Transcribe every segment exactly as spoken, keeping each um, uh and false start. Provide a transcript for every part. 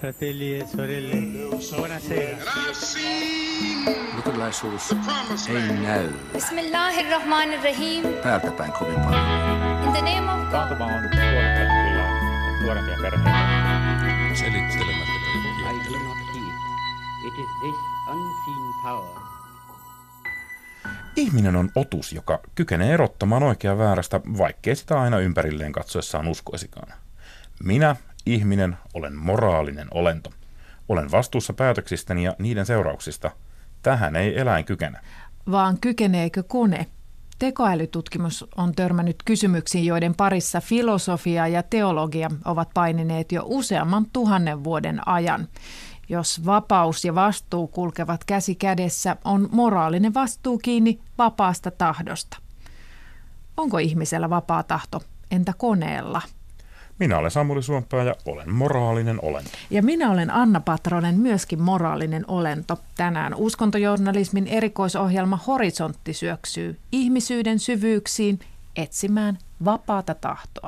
Fratelli e sorelle, buonasera. Luterilaisuus ei näy Bismillahirrahmanirrahim. päältä päin kovin paljon. In the name of God. Taantuma on tuonut kyllä nuorempia perheitä. Selittelemättä I do not heed. It is this unseen power. Ihminen on otus, joka kykenee erottamaan oikeaa väärästä, vaikkei sitä aina ympärilleen katsoessaan uskoisikaan. Minä, ihminen, olen moraalinen olento. Olen vastuussa päätöksistäni ja niiden seurauksista. Tähän ei eläin kykene. Vaan kykeneekö kone? Tekoälytutkimus on törmännyt kysymyksiin, joiden parissa filosofia ja teologia ovat painineet jo useamman tuhannen vuoden ajan. Jos vapaus ja vastuu kulkevat käsi kädessä, on moraalinen vastuu kiinni vapaasta tahdosta. Onko ihmisellä vapaa tahto? Entä koneella? Minä olen Samuli Suompää ja olen moraalinen olento. Ja minä olen Anna Patronen, myöskin moraalinen olento. Tänään uskontojournalismin erikoisohjelma Horisontti syöksyy ihmisyyden syvyyksiin etsimään vapaata tahtoa.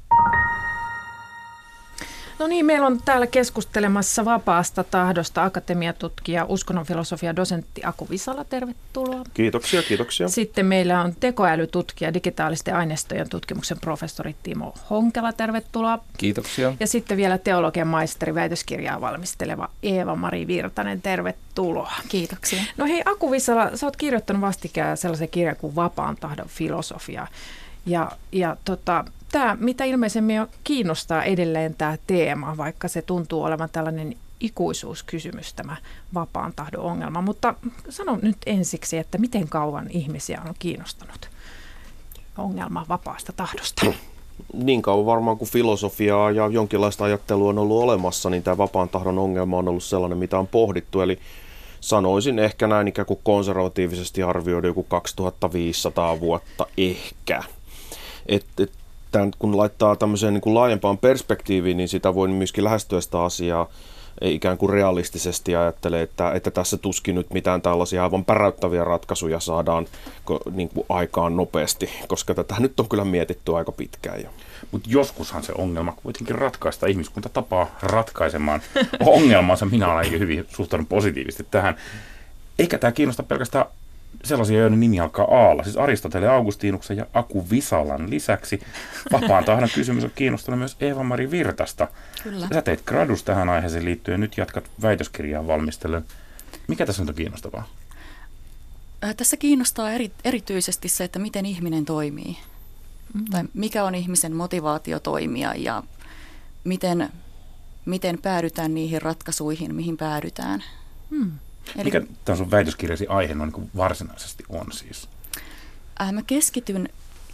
No niin, meillä on täällä keskustelemassa vapaasta tahdosta akatemiatutkija, uskonnonfilosofia dosentti Aku Visala, tervetuloa. Kiitoksia, kiitoksia. Sitten meillä on tekoälytutkija, digitaalisten aineistojen tutkimuksen professori Timo Honkela, tervetuloa. Kiitoksia. Ja sitten vielä teologian maisteri, väitöskirjaa valmisteleva Eeva-Mari Virtanen, tervetuloa. Kiitoksia. No hei, Aku Visala, sä oot kirjoittanut vastikään sellaisen kirjan kuin Vapaan tahdon filosofia. Ja, ja tota, tämä, mitä ilmeisemmin jo kiinnostaa edelleen tämä teema, vaikka se tuntuu olevan tällainen ikuisuuskysymys, tämä vapaan tahdon ongelma. Mutta sano nyt ensiksi, että miten kauan ihmisiä on kiinnostanut ongelma vapaasta tahdosta? Niin kauan varmaan kuin filosofiaa ja jonkinlaista ajattelua on ollut olemassa, niin tämä vapaan tahdon ongelma on ollut sellainen, mitä on pohdittu. Eli sanoisin ehkä näin ikään kuin konservatiivisesti arvioida joku kaksituhattaviisisataa vuotta ehkä. Et, et, tämän, kun laittaa tämmöiseen niin kuin laajempaan perspektiiviin, niin sitä voi myöskin lähestyä sitä asiaa ikään kuin realistisesti ajattelee, että, että tässä tuskin nyt mitään tällaisia aivan päräyttäviä ratkaisuja saadaan niin kuin aikaan nopeasti, koska tätä nyt on kyllä mietitty aika pitkään jo. Mutta joskushan se ongelma kuitenkin ratkaista. Ihmiskunta tapaa ratkaisemaan ongelmansa. Minä olen hyvin suhtaudun positiivisesti tähän. Eikä tämä kiinnosta pelkästään sellaisia, joiden nimi alkaa Aalla. Siis Aristotele Augustinuksen ja Aku Visalan lisäksi vapaan tahdon kysymys on kiinnostanut myös Eeva-Mari Virtasta. Kyllä. Sä teit gradus tähän aiheeseen liittyen. Nyt jatkat väitöskirjaa valmistellen. Mikä tässä nyt on kiinnostavaa? Tässä kiinnostaa eri, erityisesti se, että miten ihminen toimii. Mm-hmm. Tai mikä on ihmisen motivaatio toimia ja miten, miten päädytään niihin ratkaisuihin, mihin päädytään. Hmm. Eli, mikä tämä sun väitöskirjasi aihe no, niin varsinaisesti on siis? Äh, mä keskityn,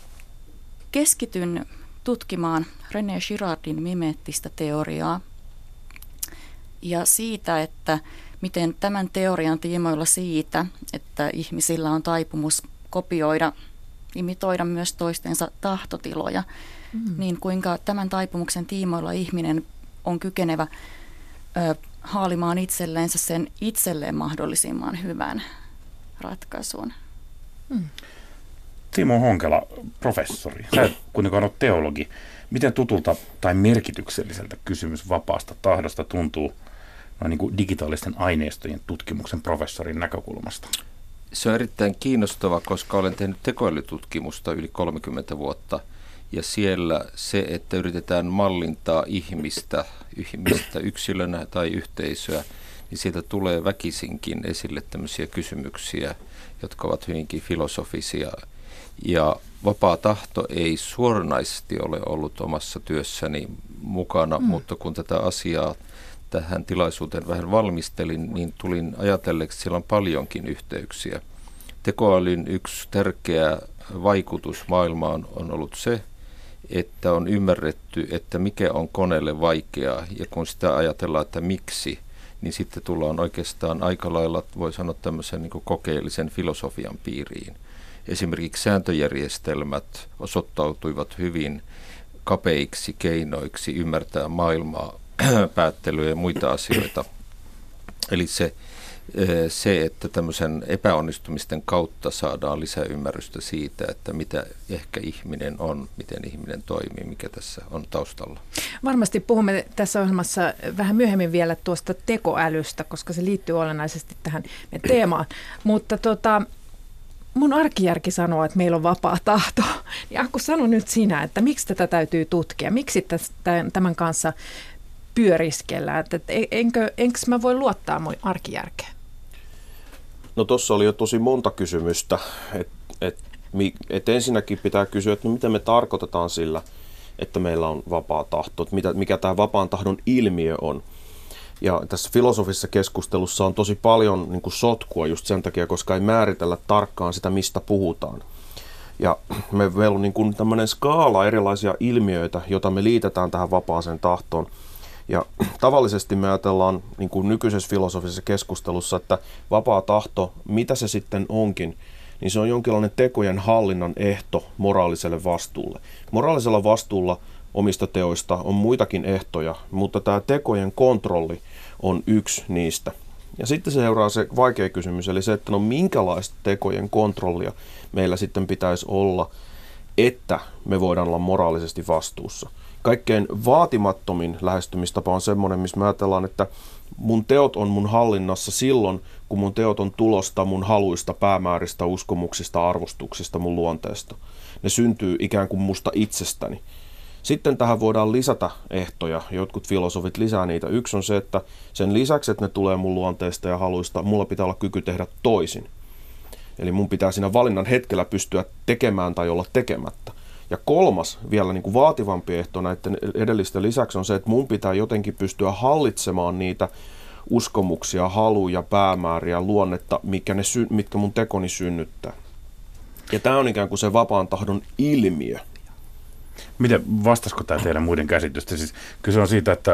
keskityn tutkimaan René Girardin mimeettistä teoriaa ja siitä, että miten tämän teorian tiimoilla siitä, että ihmisillä on taipumus kopioida, imitoida myös toistensa tahtotiloja, mm. niin kuinka tämän taipumuksen tiimoilla ihminen on kykenevä ö, haalimaan itselleensä sen itselleen mahdollisimman hyvän ratkaisun. Mm. Timo Honkela, professori. Sä et kuitenkaan ole teologi. Miten tutulta tai merkitykselliseltä kysymys vapaasta tahdosta tuntuu noin niin kuin digitaalisten aineistojen tutkimuksen professorin näkökulmasta? Se on erittäin kiinnostava, koska olen tehnyt tekoälytutkimusta yli kolmekymmentä vuotta. Ja siellä se, että yritetään mallintaa ihmistä, ihmistä yksilönä tai yhteisöä, niin siitä tulee väkisinkin esille tämmöisiä kysymyksiä, jotka ovat hyvinkin filosofisia. Ja vapaa tahto ei suoranaisesti ole ollut omassa työssäni mukana, mm. mutta kun tätä asiaa tähän tilaisuuteen vähän valmistelin, niin tulin ajatelleeksi, että siellä on paljonkin yhteyksiä. Tekoälyn yksi tärkeä vaikutus maailmaan on ollut se, että on ymmärretty, että mikä on koneelle vaikeaa, ja kun sitä ajatellaan, että miksi, niin sitten tullaan oikeastaan aika lailla, voi sanoa tämmöisen niin kuin kokeellisen filosofian piiriin. Esimerkiksi sääntöjärjestelmät osoittautuivat hyvin kapeiksi keinoiksi ymmärtää maailmaa, päättelyä ja muita asioita. Eli se se, että tämmöisen epäonnistumisten kautta saadaan lisäymmärrystä siitä, että mitä ehkä ihminen on, miten ihminen toimii, mikä tässä on taustalla. Varmasti puhumme tässä ohjelmassa vähän myöhemmin vielä tuosta tekoälystä, koska se liittyy olennaisesti tähän teemaan. Mutta tota, mun arkijärki sanoo, että meillä on vapaa tahto. Ja Aku, sano nyt sinä, että miksi tätä täytyy tutkia, miksi tämän kanssa pyöriskellään, että enkö, enkö mä voi luottaa mun arkijärkeen? No tuossa oli jo tosi monta kysymystä, että et, et ensinnäkin pitää kysyä, että no mitä me tarkoitetaan sillä, että meillä on vapaa tahto, että mitä, mikä tämä vapaan tahdon ilmiö on. Ja tässä filosofisessa keskustelussa on tosi paljon niin kuin sotkua just sen takia, koska ei määritellä tarkkaan sitä, mistä puhutaan. Ja me, meillä on niin kuin tämmöinen skaala erilaisia ilmiöitä, joita me liitetään tähän vapaaseen tahtoon. Ja tavallisesti me ajatellaan niin kuin nykyisessä filosofisessa keskustelussa, että vapaa tahto, mitä se sitten onkin, niin se on jonkinlainen tekojen hallinnan ehto moraaliselle vastuulle. Moraalisella vastuulla omista teoista on muitakin ehtoja, mutta tämä tekojen kontrolli on yksi niistä. Ja sitten se seuraa se vaikea kysymys, eli se, että no minkälaista tekojen kontrollia meillä sitten pitäisi olla, että me voidaan olla moraalisesti vastuussa. Kaikkein vaatimattomin lähestymistapa on semmoinen, missä me ajatellaan, että mun teot on mun hallinnassa silloin, kun mun teot on tulosta mun haluista, päämääristä, uskomuksista, arvostuksista, mun luonteesta. Ne syntyy ikään kuin musta itsestäni. Sitten tähän voidaan lisätä ehtoja, jotkut filosofit lisää niitä. Yksi on se, että sen lisäksi, että ne tulee mun luonteesta ja haluista, mulla pitää olla kyky tehdä toisin. Eli mun pitää siinä valinnan hetkellä pystyä tekemään tai olla tekemättä. Ja kolmas, vielä niin kuin vaativampi ehto näiden edellisten lisäksi on se, että mun pitää jotenkin pystyä hallitsemaan niitä uskomuksia, haluja, päämääriä, luonnetta, mitkä, ne, mitkä mun tekoni synnyttää. Ja tämä on ikään kuin se vapaan tahdon ilmiö. Miten vastasiko tämä teidän muiden käsitystä? Siis kyse on siitä, että,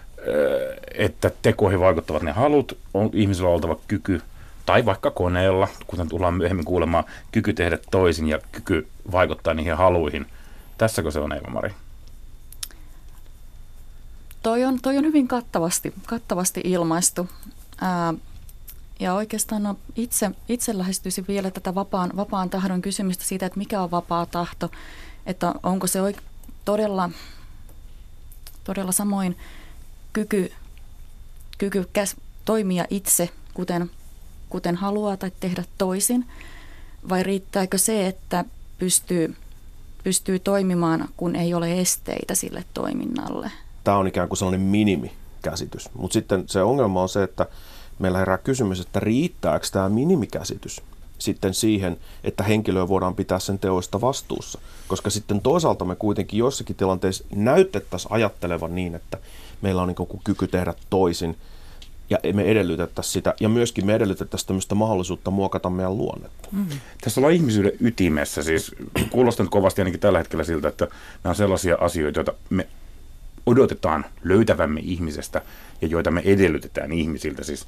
että tekoihin vaikuttavat ne halut, on ihmisellä oltava kyky, tai vaikka koneella, kuten tullaan myöhemmin kuulemaan, kyky tehdä toisin ja kyky vaikuttaa niihin haluihin. Tässäkö se on, Eeva-Mari? Toi on, toi on hyvin kattavasti, kattavasti ilmaistu. Ää, ja oikeastaan no, itse, itse lähestyisin vielä tätä vapaan, vapaan tahdon kysymystä siitä, että mikä on vapaa tahto. Että onko se oik- todella, todella samoin kyky, kyky käs, toimia itse, kuten kuten haluaa tai tehdä toisin, vai riittääkö se, että pystyy, pystyy toimimaan, kun ei ole esteitä sille toiminnalle? Tämä on ikään kuin sellainen minimikäsitys, mutta sitten se ongelma on se, että meillä herää kysymys, että riittääkö tämä minimikäsitys sitten siihen, että henkilöä voidaan pitää sen teoista vastuussa, koska sitten toisaalta me kuitenkin joissakin tilanteissa näytettäisiin ajattelevan niin, että meillä on niin kuin kyky tehdä toisin, ja me edellytettäisiin sitä, ja myöskin me edellytettäisiin tämmöistä mahdollisuutta muokata meidän luonnetta. Mm-hmm. Tässä ollaan ihmisyyden ytimessä, siis kuulostaa kovasti ainakin tällä hetkellä siltä, että nämä on sellaisia asioita, joita me odotetaan löytävämme ihmisestä, ja joita me edellytetään ihmisiltä, siis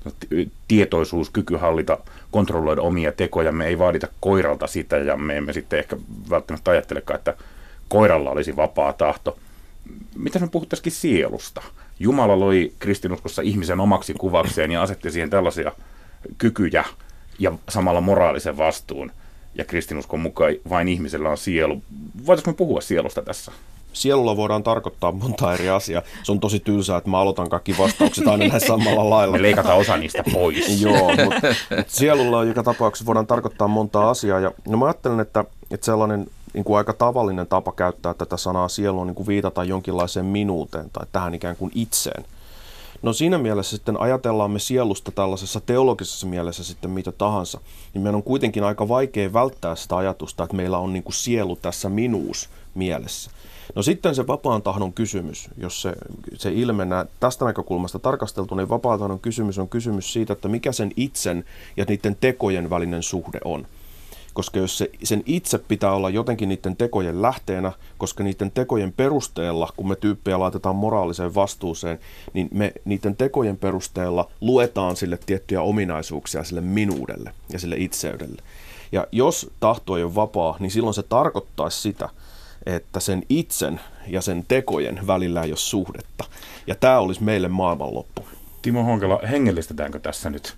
tietoisuus, kyky hallita, kontrolloida omia tekoja, me ei vaadita koiralta sitä, ja me emme sitten ehkä välttämättä ajattelekaan, että koiralla olisi vapaa tahto. Mitä me puhuttaisikin sielusta? Jumala loi kristinuskossa ihmisen omaksi kuvakseen ja asetti siihen tällaisia kykyjä ja samalla moraalisen vastuun. Ja kristinuskon mukaan vain ihmisellä on sielu. Voitaisiinko me puhua sielusta tässä? Sielulla voidaan tarkoittaa monta eri asiaa. Se on tosi tylsää, että mä aloitan kaikki vastaukset aina näin samalla lailla. Me leikataan osa niistä pois. Joo, mutta mut sielulla joka tapauksessa voidaan tarkoittaa monta asiaa. Ja, no mä ajattelen, että, että sellainen niin kuin aika tavallinen tapa käyttää tätä sanaa sielu on niin kuin viitata jonkinlaiseen minuuteen tai tähän ikään kuin itseen. No siinä mielessä sitten ajatellaan me sielusta tällaisessa teologisessa mielessä sitten mitä tahansa, niin meidän on kuitenkin aika vaikea välttää sitä ajatusta, että meillä on niin kuin sielu tässä minuus mielessä. No sitten se vapaan tahdon kysymys, jos se, se ilmenee tästä näkökulmasta tarkasteltu, niin vapaan tahdon kysymys on kysymys siitä, että mikä sen itsen ja niiden tekojen välinen suhde on. Koska jos se, sen itse pitää olla jotenkin niiden tekojen lähteenä, koska niiden tekojen perusteella, kun me tyyppejä laitetaan moraaliseen vastuuseen, niin me niiden tekojen perusteella luetaan sille tiettyjä ominaisuuksia sille minuudelle ja sille itseydelle. Ja jos tahto ei ole vapaa, niin silloin se tarkoittaisi sitä, että sen itsen ja sen tekojen välillä ei ole suhdetta. Ja tämä olisi meille maailmanloppu. Timo Honkela, hengellistetäänkö tässä nyt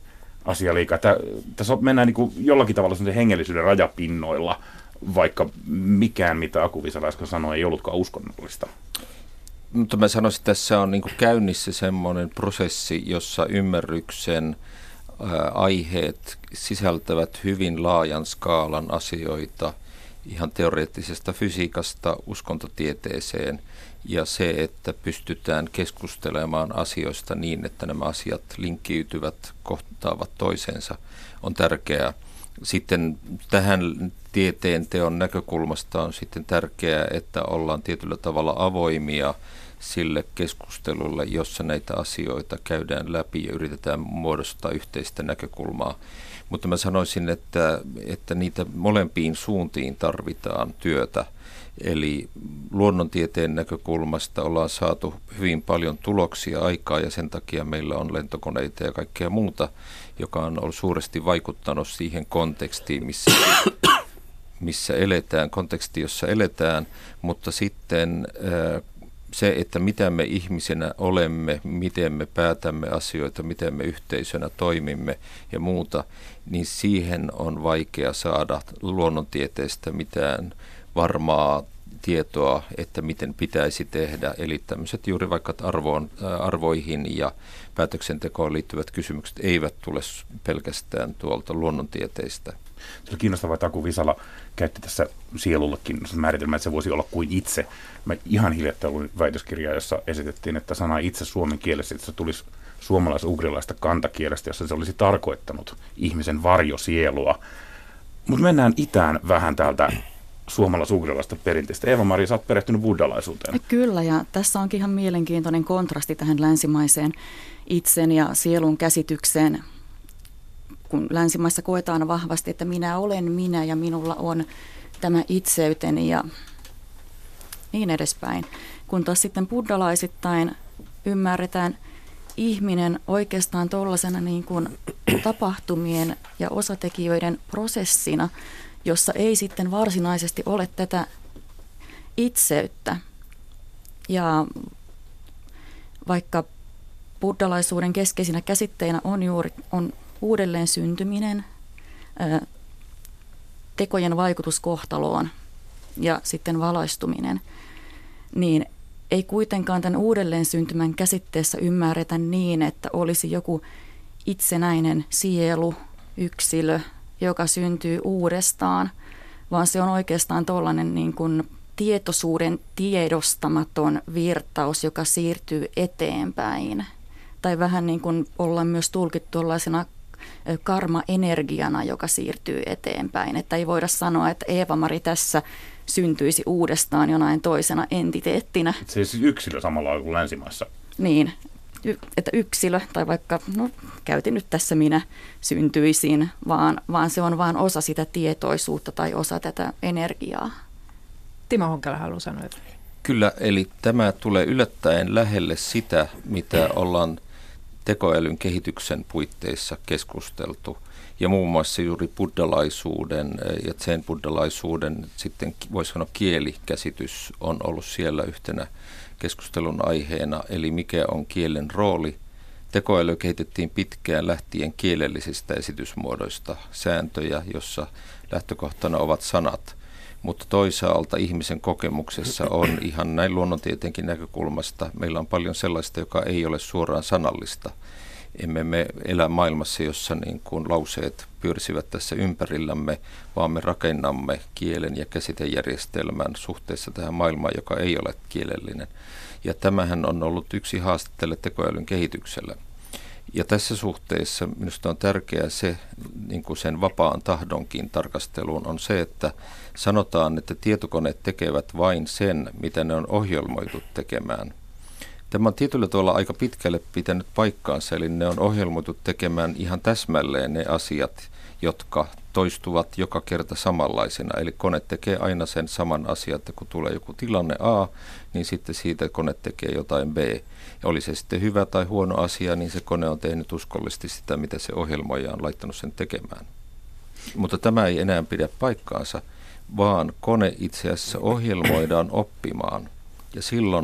asia liikaa. Tää, tässä mennään niin kuin jollakin tavalla sellaisen hengellisyyden rajapinnoilla, vaikka mikään, mitä Aku Viisala äsken sanoi, ei ollutkaan uskonnollista. Mutta mä sanoisin, että tässä on niin kuin käynnissä semmoinen prosessi, jossa ymmärryksen ää, aiheet sisältävät hyvin laajan skaalan asioita, ihan teoreettisesta fysiikasta uskontotieteeseen, ja se, että pystytään keskustelemaan asioista niin, että nämä asiat linkkiytyvät, kohtaavat toisensa, on tärkeää. Sitten tähän tieteen teon näkökulmasta on sitten tärkeää, että ollaan tietyllä tavalla avoimia sille keskustelulle, jossa näitä asioita käydään läpi ja yritetään muodostaa yhteistä näkökulmaa. Mutta mä sanoisin, että, että niitä molempiin suuntiin tarvitaan työtä. Eli luonnontieteen näkökulmasta ollaan saatu hyvin paljon tuloksia aikaa ja sen takia meillä on lentokoneita ja kaikkea muuta, joka on ollut suuresti vaikuttanut siihen kontekstiin, missä, missä eletään, konteksti, jossa eletään, mutta sitten se, että mitä me ihmisenä olemme, miten me päätämme asioita, miten me yhteisönä toimimme ja muuta, niin siihen on vaikea saada luonnontieteestä mitään varmaa tietoa, että miten pitäisi tehdä. Eli tämmöiset juuri vaikka arvoon, arvoihin ja päätöksentekoon liittyvät kysymykset eivät tule pelkästään tuolta luonnontieteistä. Se oli kiinnostavaa, että Aku Viisala käytti tässä sielullekin määritelmää, että se voisi olla kuin itse. Mä ihan hiljattain luin väitöskirjaa, jossa esitettiin, että sana itse suomen kielessä, että se tulisi suomalais-ugrilaista kantakielestä, jossa se olisi tarkoittanut ihmisen varjosielua. Mutta mennään itään vähän täältä suomalais-ugrilaista perinteistä. Eeva-Maria, sä oot perehtynyt buddhalaisuuteen. Kyllä, ja tässä onkin ihan mielenkiintoinen kontrasti tähän länsimaiseen itsen ja sielun käsitykseen, kun länsimaissa koetaan vahvasti, että minä olen minä ja minulla on tämä itseyteni ja niin edespäin. Kun taas sitten buddhalaisittain ymmärretään ihminen oikeastaan tuollaisena niin kuin tapahtumien ja osatekijöiden prosessina, jossa ei sitten varsinaisesti ole tätä itseyttä. Ja vaikka buddhalaisuuden keskeisinä käsitteinä on juuri on uudelleen syntyminen, ää, tekojen vaikutus kohtaloon ja sitten valaistuminen, niin ei kuitenkaan tämän uudelleen syntymän käsitteessä ymmärretä niin, että olisi joku itsenäinen sielu, yksilö, joka syntyy uudestaan, vaan se on oikeastaan tuollainen niin kuin tietoisuuden tiedostamaton virtaus, joka siirtyy eteenpäin. Tai vähän niin kuin ollaan myös tulkittu tuollaisena karma-energiana, joka siirtyy eteenpäin. Että ei voida sanoa, että Eeva-Mari tässä syntyisi uudestaan jonain toisena entiteettinä. Se on siis yksilö samalla kuin länsimaissa. Niin, y- että yksilö, tai vaikka, no käytin nyt tässä minä syntyisin, vaan, vaan se on vain osa sitä tietoisuutta tai osa tätä energiaa. Timo Honkala haluaa sanoa. Kyllä, eli tämä tulee yllättäen lähelle sitä, mitä ollaan tekoälyn kehityksen puitteissa keskusteltu. Ja muun muassa juuri buddhalaisuuden ja zen-buddhalaisuuden sitten voisi sanoa kielikäsitys on ollut siellä yhtenä keskustelun aiheena, eli mikä on kielen rooli. Tekoäly kehitettiin pitkään lähtien kielellisistä esitysmuodoista, sääntöjä, jossa lähtökohtana ovat sanat. Mutta toisaalta ihmisen kokemuksessa on ihan näin luonnontieteenkin näkökulmasta, meillä on paljon sellaista, joka ei ole suoraan sanallista. Emme me elä maailmassa, jossa niin kuin lauseet pyörisivät tässä ympärillämme, vaan me rakennamme kielen ja käsitejärjestelmän suhteessa tähän maailmaan, joka ei ole kielellinen. Ja tämähän on ollut yksi haaste tälle tekoälyn kehitykselle. Ja tässä suhteessa minusta on tärkeää se, niin kuin sen vapaan tahdonkin tarkasteluun, on se, että sanotaan, että tietokoneet tekevät vain sen, mitä ne on ohjelmoitu tekemään. Tämä on tietyllä tavalla aika pitkälle pitänyt paikkaansa, eli ne on ohjelmoitu tekemään ihan täsmälleen ne asiat, jotka toistuvat joka kerta samanlaisena. Eli kone tekee aina sen saman asian, että kun tulee joku tilanne A, niin sitten siitä kone tekee jotain B. Ja oli se sitten hyvä tai huono asia, niin se kone on tehnyt uskollisesti sitä, mitä se ohjelmoija on laittanut sen tekemään. Mutta tämä ei enää pidä paikkaansa, vaan kone itse asiassa ohjelmoidaan oppimaan. Ja silloin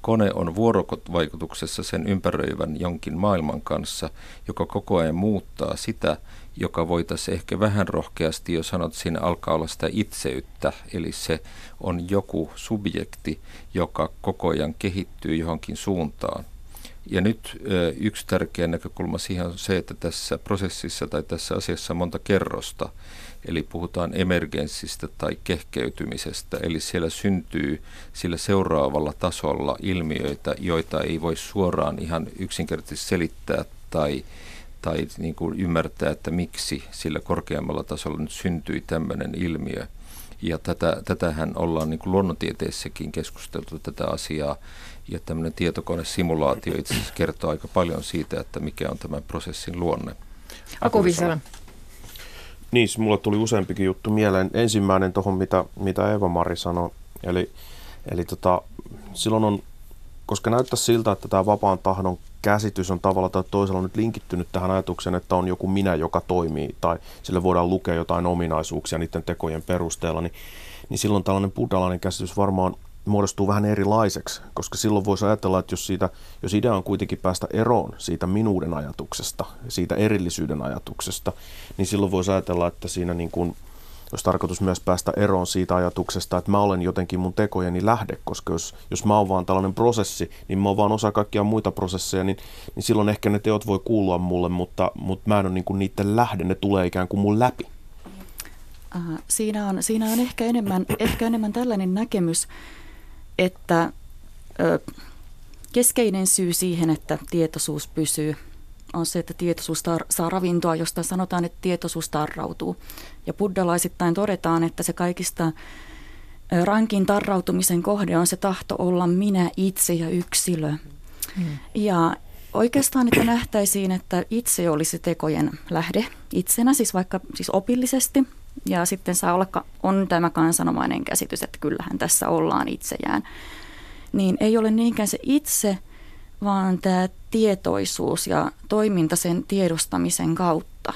Kone on vuorovaikutuksessa sen ympäröivän jonkin maailman kanssa, joka koko ajan muuttaa sitä, joka voitaisiin ehkä vähän rohkeasti jo sanoa, että siinä alkaa olla sitä itseyttä, eli se on joku subjekti, joka koko ajan kehittyy johonkin suuntaan. Ja nyt yksi tärkeä näkökulma siihen on se, että tässä prosessissa tai tässä asiassa on monta kerrosta, eli puhutaan emergenssistä tai kehkeytymisestä, eli siellä syntyy sillä seuraavalla tasolla ilmiöitä, joita ei voi suoraan ihan yksinkertaisesti selittää tai tai niin kuin ymmärtää, että miksi sillä korkeammalla tasolla nyt syntyi tämmöinen ilmiö. Ja tätä, tätähän ollaan niin kuin luonnontieteessäkin keskusteltu tätä asiaa, ja tämmöinen tietokonesimulaatio itse asiassa kertoo aika paljon siitä, että mikä on tämän prosessin luonne. Aku Viisala. Niin, mulle tuli useampikin juttu mieleen. Ensimmäinen tuohon, mitä, mitä Eeva-Mari sanoi, eli, eli tota, silloin on, koska näyttää siltä, että tämä vapaan tahdon käsitys on tavalla tai toisella nyt linkittynyt tähän ajatukseen, että on joku minä, joka toimii, tai sille voidaan lukea jotain ominaisuuksia niiden tekojen perusteella, niin, niin silloin tällainen buddhalainen käsitys varmaan muodostuu vähän erilaiseksi, koska silloin voisi ajatella, että jos, siitä, jos idea on kuitenkin päästä eroon siitä minuuden ajatuksesta, siitä erillisyyden ajatuksesta, niin silloin voisi ajatella, että siinä niin kuin olisi tarkoitus myös päästä eroon siitä ajatuksesta, että mä olen jotenkin mun tekojeni lähde, koska jos, jos mä oon vaan tällainen prosessi, niin mä oon vaan osa kaikkia muita prosesseja, niin, niin silloin ehkä ne teot voi kuulua mulle, mutta, mutta mä en ole niin kuin niiden lähde, ne tulee ikään kuin mun läpi. Aha, siinä on, siinä on ehkä, enemmän, ehkä enemmän tällainen näkemys, että ö, keskeinen syy siihen, että tietoisuus pysyy, on se, että tietoisuus tar- saa ravintoa, josta sanotaan, että tietoisuus tarrautuu. Ja buddhalaisittain todetaan, että se kaikista rankin tarrautumisen kohde on se tahto olla minä, itse ja yksilö. Hmm. Ja oikeastaan, että nähtäisiin, että itse olisi tekojen lähde itsenä, siis vaikka siis opillisesti. Ja sitten saa olla, on tämä kansanomainen käsitys, että kyllähän tässä ollaan itseään. Niin ei ole niinkään se itse, vaan tämä tietoisuus ja toiminta sen tiedostamisen kautta.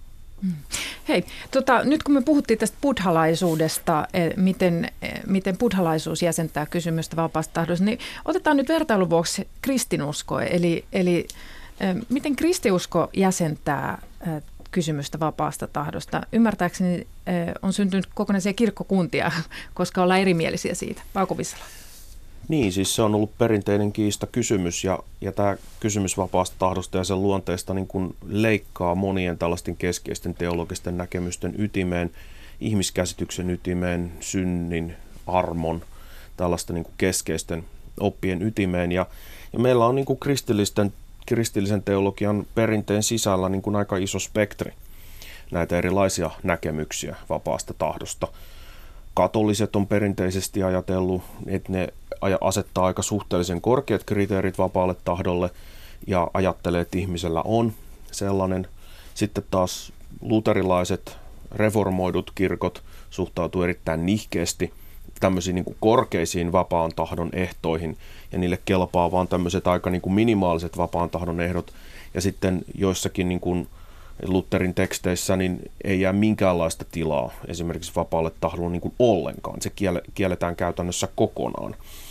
Hei, tota, nyt kun me puhuttiin tästä buddhalaisuudesta, miten, miten buddhalaisuus jäsentää kysymystä vapaasta tahdosta, niin otetaan nyt vertailun vuoksi kristinusko. Eli, eli miten kristiusko jäsentää kysymystä vapaasta tahdosta? Ymmärtääkseni on syntynyt kokonaisia kirkkokuntia, koska ollaan erimielisiä siitä. Aku Viisala. Niin, siis se on ollut perinteinen kiista kysymys ja, ja tämä kysymys vapaasta tahdosta ja sen luonteesta niin kuin leikkaa monien tällaisten keskeisten teologisten näkemysten ytimeen, ihmiskäsityksen ytimeen, synnin, armon, tällaisten niin kuin keskeisten oppien ytimeen. Ja, ja meillä on niin kuin kristillisten, kristillisen teologian perinteen sisällä niin kuin aika iso spektri näitä erilaisia näkemyksiä vapaasta tahdosta. Katoliset on perinteisesti ajatellut, että ne asettaa aika suhteellisen korkeat kriteerit vapaalle tahdolle ja ajattelee, että ihmisellä on sellainen. Sitten taas luterilaiset reformoidut kirkot suhtautuu erittäin nihkeästi tämmöisiin niin kuin korkeisiin vapaan tahdon ehtoihin ja niille kelpaa vaan tämmöiset aika niin kuin minimaaliset vapaan tahdon ehdot ja sitten joissakin niin kuin Lutherin teksteissä niin ei jää minkäänlaista tilaa esimerkiksi vapaalle tahdolle niin kuin ollenkaan. Se kielletään käytännössä kokonaan,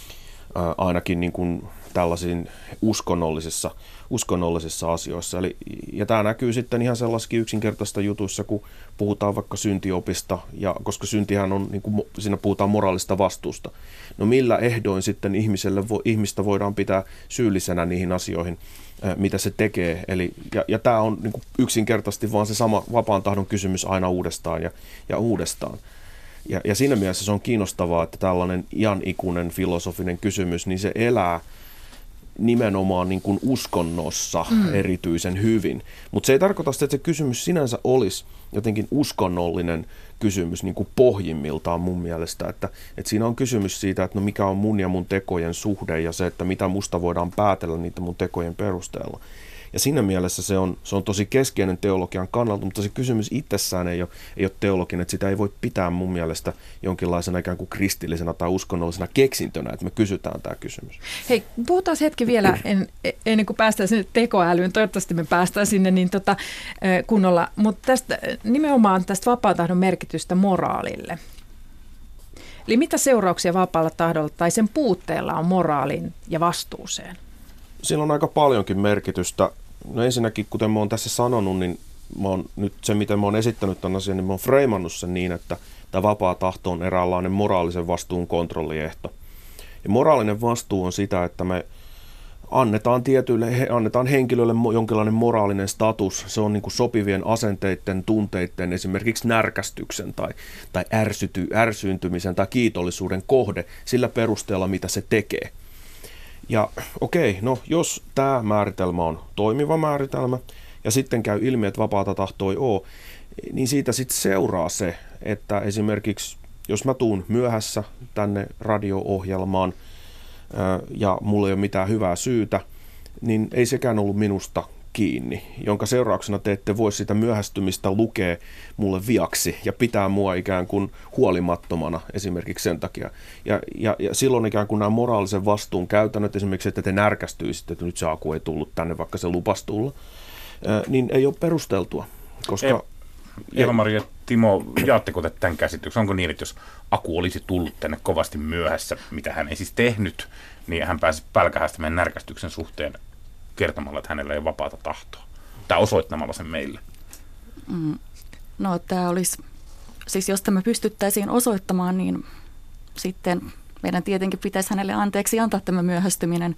Ää, ainakin niin kuin tällaisiin uskonnollisissa, uskonnollisissa asioissa. Eli, ja tämä näkyy sitten ihan sellaisessakin yksinkertaisista jutuissa, kun puhutaan vaikka syntiopista, ja koska syntihän on, niin kuin, siinä puhutaan moraalista vastuusta. No millä ehdoin sitten ihmiselle, vo, ihmistä voidaan pitää syyllisenä niihin asioihin, mitä se tekee. Eli, ja, ja tämä on niin kuin yksinkertaisesti vaan se sama vapaan tahdon kysymys aina uudestaan ja, ja uudestaan. Ja, ja siinä mielessä se on kiinnostavaa, että tällainen ianikuinen filosofinen kysymys, niin se elää nimenomaan niin kuin uskonnossa mm. erityisen hyvin. Mutta se ei tarkoita sitä, että se kysymys sinänsä olisi jotenkin uskonnollinen kysymys niin kuin pohjimmiltaan mun mielestä. Että, että siinä on kysymys siitä, että no mikä on mun ja mun tekojen suhde ja se, että mitä musta voidaan päätellä niitä mun tekojen perusteella. Ja siinä mielessä se on, se on tosi keskeinen teologian kannalta, mutta se kysymys itsessään ei ole, ei ole teologinen, että sitä ei voi pitää mun mielestä jonkinlaisena ikään kuin kristillisenä tai uskonnollisena keksintönä, että me kysytään tämä kysymys. Hei, puhutaan hetki vielä en, ennen kuin päästään sinne tekoälyyn, toivottavasti me päästään sinne niin tota, kunnolla, mutta tästä, nimenomaan tästä vapaan tahdon merkitystä moraalille. Eli mitä seurauksia vapaalla tahdolla tai sen puutteella on moraaliin ja vastuuseen? Sillä on aika paljonkin merkitystä. No ensinnäkin, kuten mä oon tässä sanonut, niin mä oon nyt se, miten mä oon esittänyt tämän asian, niin mä oon freimannut sen niin, että tämä vapaa tahto on eräänlainen moraalisen vastuun kontrolliehto. Ja moraalinen vastuu on sitä, että me annetaan tietyille, annetaan henkilölle jonkinlainen moraalinen status. Se on niin kuin sopivien asenteiden, tunteiden, esimerkiksi närkästyksen tai, tai ärsyty, ärsyyntymisen tai kiitollisuuden kohde sillä perusteella, mitä se tekee. Ja okei, no jos tämä määritelmä on toimiva määritelmä ja sitten käy ilmi, että vapaata tahtoa ei ole, niin siitä sitten seuraa se, että esimerkiksi jos mä tuun myöhässä tänne radio-ohjelmaan ja mulla ei ole mitään hyvää syytä, niin ei sekään ollut minusta kiinni, jonka seurauksena te ette voi sitä myöhästymistä lukea mulle viaksi ja pitää mua ikään kuin huolimattomana esimerkiksi sen takia. Ja, ja, ja silloin ikään kuin nämä moraalisen vastuun käytännöt, esimerkiksi että te närkästyisitte, että nyt se Aku ei tullut tänne, vaikka se lupasi tulla, niin ei ole perusteltua. Koska Eeva-Maria, Timo, jaatteko te tämän käsityksen? Onko niin, että jos Aku olisi tullut tänne kovasti myöhässä, mitä hän ei siis tehnyt, niin hän pääsi pälkähästämään närkästyksen suhteen kertomalla, että hänellä ei ole vapaata tahtoa, tai osoittamalla sen meille? Mm. No tämä olisi, siis jos tämä pystyttäisiin osoittamaan, niin sitten meidän tietenkin pitäisi hänelle anteeksi antaa tämä myöhästyminen,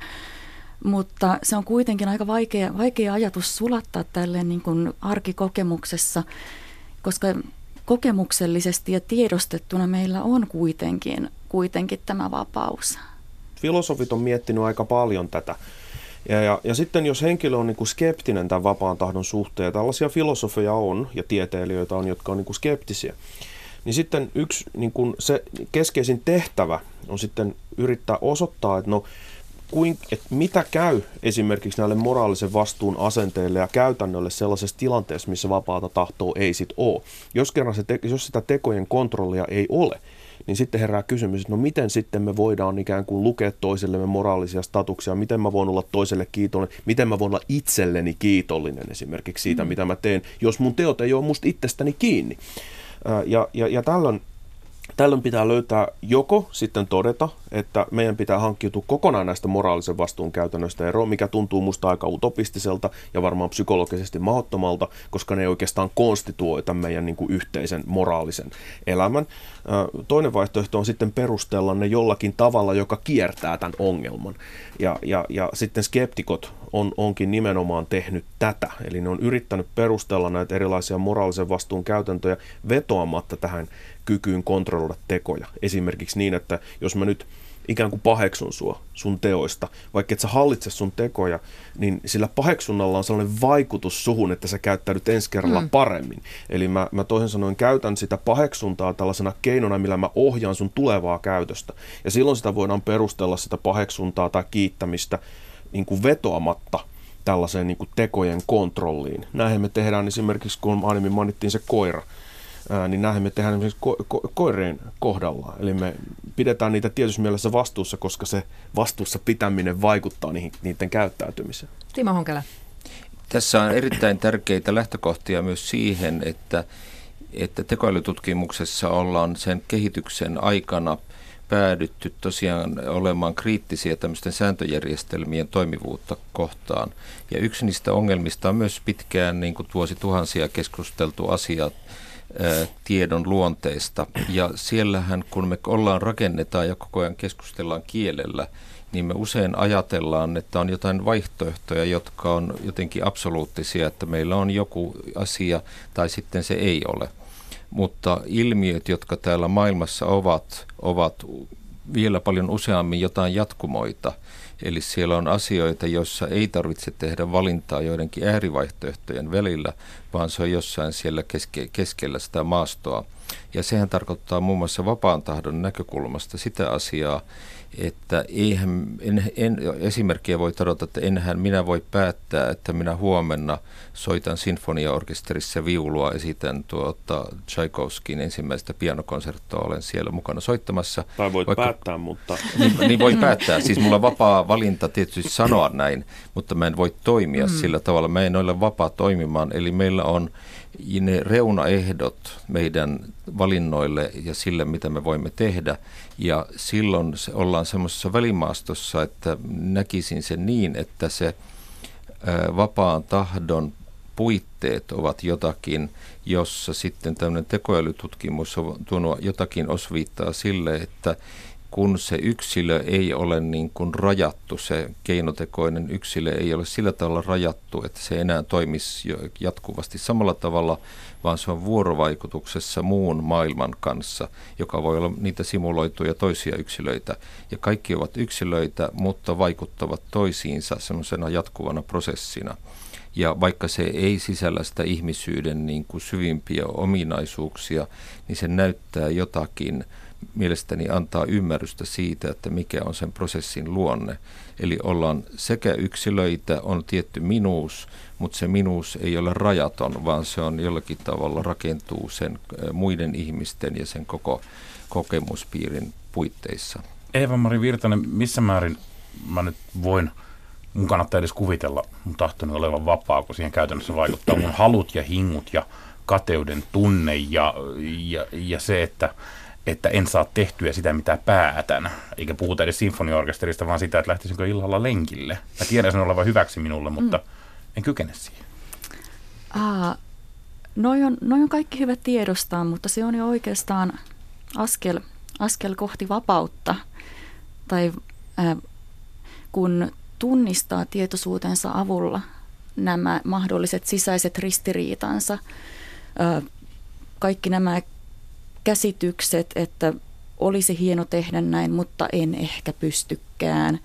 mutta se on kuitenkin aika vaikea, vaikea ajatus sulattaa tälleen niin kuin arkikokemuksessa, koska kokemuksellisesti ja tiedostettuna meillä on kuitenkin, kuitenkin tämä vapaus. Filosofit on miettinyt aika paljon tätä. Ja, ja, ja sitten jos henkilö on niin kuin skeptinen tämän vapaan tahdon suhteen, ja tällaisia filosofeja on ja tieteilijöitä on, jotka on niin kuin skeptisiä, niin sitten yksi niin kuin se keskeisin tehtävä on sitten yrittää osoittaa, että no, kuin, että mitä käy esimerkiksi näille moraalisen vastuun asenteille ja käytännölle sellaisessa tilanteessa, missä vapaata tahtoa ei sit ole. Jos kerran se te, jos sitä tekojen kontrollia ei ole, niin sitten herää kysymys, että no miten sitten me voidaan ikään kuin lukea toisellemme moraalisia statuksia, miten mä voin olla toiselle kiitollinen, miten mä voin olla itselleni kiitollinen esimerkiksi siitä, mm. mitä mä teen, jos mun teot ei ole musta itsestäni kiinni. Ja, ja, ja tällöin, tällöin pitää löytää joko sitten todeta, että meidän pitää hankkiutua kokonaan näistä moraalisen vastuun käytännöistä eroon, mikä tuntuu musta aika utopistiselta ja varmaan psykologisesti mahdottomalta, koska ne ei oikeastaan konstituoita meidän niin kuin yhteisen moraalisen elämän. Toinen vaihtoehto on sitten perustella ne jollakin tavalla, joka kiertää tämän ongelman. Ja, ja, ja sitten skeptikot on, onkin nimenomaan tehnyt tätä. Eli ne on yrittänyt perustella näitä erilaisia moraalisen vastuun käytäntöjä vetoamatta tähän kykyyn kontrolloida tekoja. Esimerkiksi niin, että jos mä nyt ikään kuin paheksun sua sun teoista, vaikka et sä hallitse sun tekoja, niin sillä paheksunnalla on sellainen vaikutus suhun, että sä käyttäydyt ensi kerralla mm. paremmin. Eli mä, mä toisin sanoen käytän sitä paheksuntaa tällaisena keinona, millä mä ohjaan sun tulevaa käytöstä. Ja silloin sitä voidaan perustella sitä paheksuntaa tai kiittämistä niin kuin vetoamatta tällaiseen niin kuin tekojen kontrolliin. Näinhän me tehdään esimerkiksi, kun aiemmin mainittiin se koira, ää, niin näinhän me tehdään esimerkiksi ko- ko- koirien kohdalla. Eli me pidetään niitä tietyssä mielessä vastuussa, koska se vastuussa pitäminen vaikuttaa niihin, niiden käyttäytymiseen. Timo Honkelä. Tässä on erittäin tärkeitä lähtökohtia myös siihen, että, että tekoälytutkimuksessa ollaan sen kehityksen aikana päädytty tosiaan olemaan kriittisiä tämmöisten sääntöjärjestelmien toimivuutta kohtaan. Ja yksi niistä ongelmista on myös pitkään, niin kuin vuosituhansia keskusteltu asia ää, tiedon luonteesta. Ja siellähän, kun me ollaan rakennetaan ja koko ajan keskustellaan kielellä, niin me usein ajatellaan, että on jotain vaihtoehtoja, jotka on jotenkin absoluuttisia, että meillä on joku asia tai sitten se ei ole. Mutta ilmiöt, jotka täällä maailmassa ovat, ovat vielä paljon useammin jotain jatkumoita. Eli siellä on asioita, joissa ei tarvitse tehdä valintaa joidenkin äärivaihtoehtojen välillä, vaan se on jossain siellä keske, keskellä sitä maastoa. Ja sehän tarkoittaa muun muassa vapaan tahdon näkökulmasta sitä asiaa, että eihän, en, en, esimerkkiä voi todeta, että enhän minä voi päättää, että minä huomenna soitan sinfoniaorkesterissa viulua, esitän tuota Tchaikovskin ensimmäistä pianokonserttoa, olen siellä mukana soittamassa. Tai voit vaikka, päättää, mutta... Niin, niin voi päättää, siis mulla on vapaa, valinta, valinta tietysti sanoa näin, mutta mä en voi toimia mm. sillä tavalla. Mä en ole vapaa toimimaan, eli meillä on ne reunaehdot meidän valinnoille ja sille, mitä me voimme tehdä. Ja silloin se ollaan semmoisessa välimaastossa, että näkisin sen niin, että se ää, vapaan tahdon puitteet ovat jotakin, jossa sitten tämmöinen tekoälytutkimus on tuonut jotakin osviittaa sille, että kun se yksilö ei ole niin kuin rajattu, se keinotekoinen yksilö ei ole sillä tavalla rajattu, että se enää toimisi jatkuvasti samalla tavalla, vaan se on vuorovaikutuksessa muun maailman kanssa, joka voi olla niitä simuloituja toisia yksilöitä. Ja kaikki ovat yksilöitä, mutta vaikuttavat toisiinsa semmoisena jatkuvana prosessina. Ja vaikka se ei sisällä sitä ihmisyyden niin kuin syvimpiä ominaisuuksia, niin se näyttää jotakin, mielestäni antaa ymmärrystä siitä, että mikä on sen prosessin luonne. Eli ollaan sekä yksilöitä, on tietty minuus, mutta se minuus ei ole rajaton, vaan se on jollakin tavalla rakentuu sen muiden ihmisten ja sen koko kokemuspiirin puitteissa. Eeva-Mari Virtanen, missä määrin mä nyt voin, mun kannattaa edes kuvitella mun tahtoni olevan vapaa, kun siihen käytännössä vaikuttaa mun halut ja hingut ja kateuden tunne ja, ja, ja se, että että en saa tehtyä sitä, mitä päätän. Eikä puhuta edes sinfoniaorkesterista, vaan sitä, että lähtisinkö illalla lenkille. Mä tiedän sen olevan hyväksi minulle, mutta mm. en kykene siihen. Aa, noi, on, noi on kaikki hyvä tiedostaa, mutta se on jo oikeastaan askel, askel kohti vapautta. Tai äh, kun tunnistaa tietoisuutensa avulla nämä mahdolliset sisäiset ristiriitansa, äh, kaikki nämä käsitykset, että olisi hieno tehdä näin, mutta en ehkä pystykään.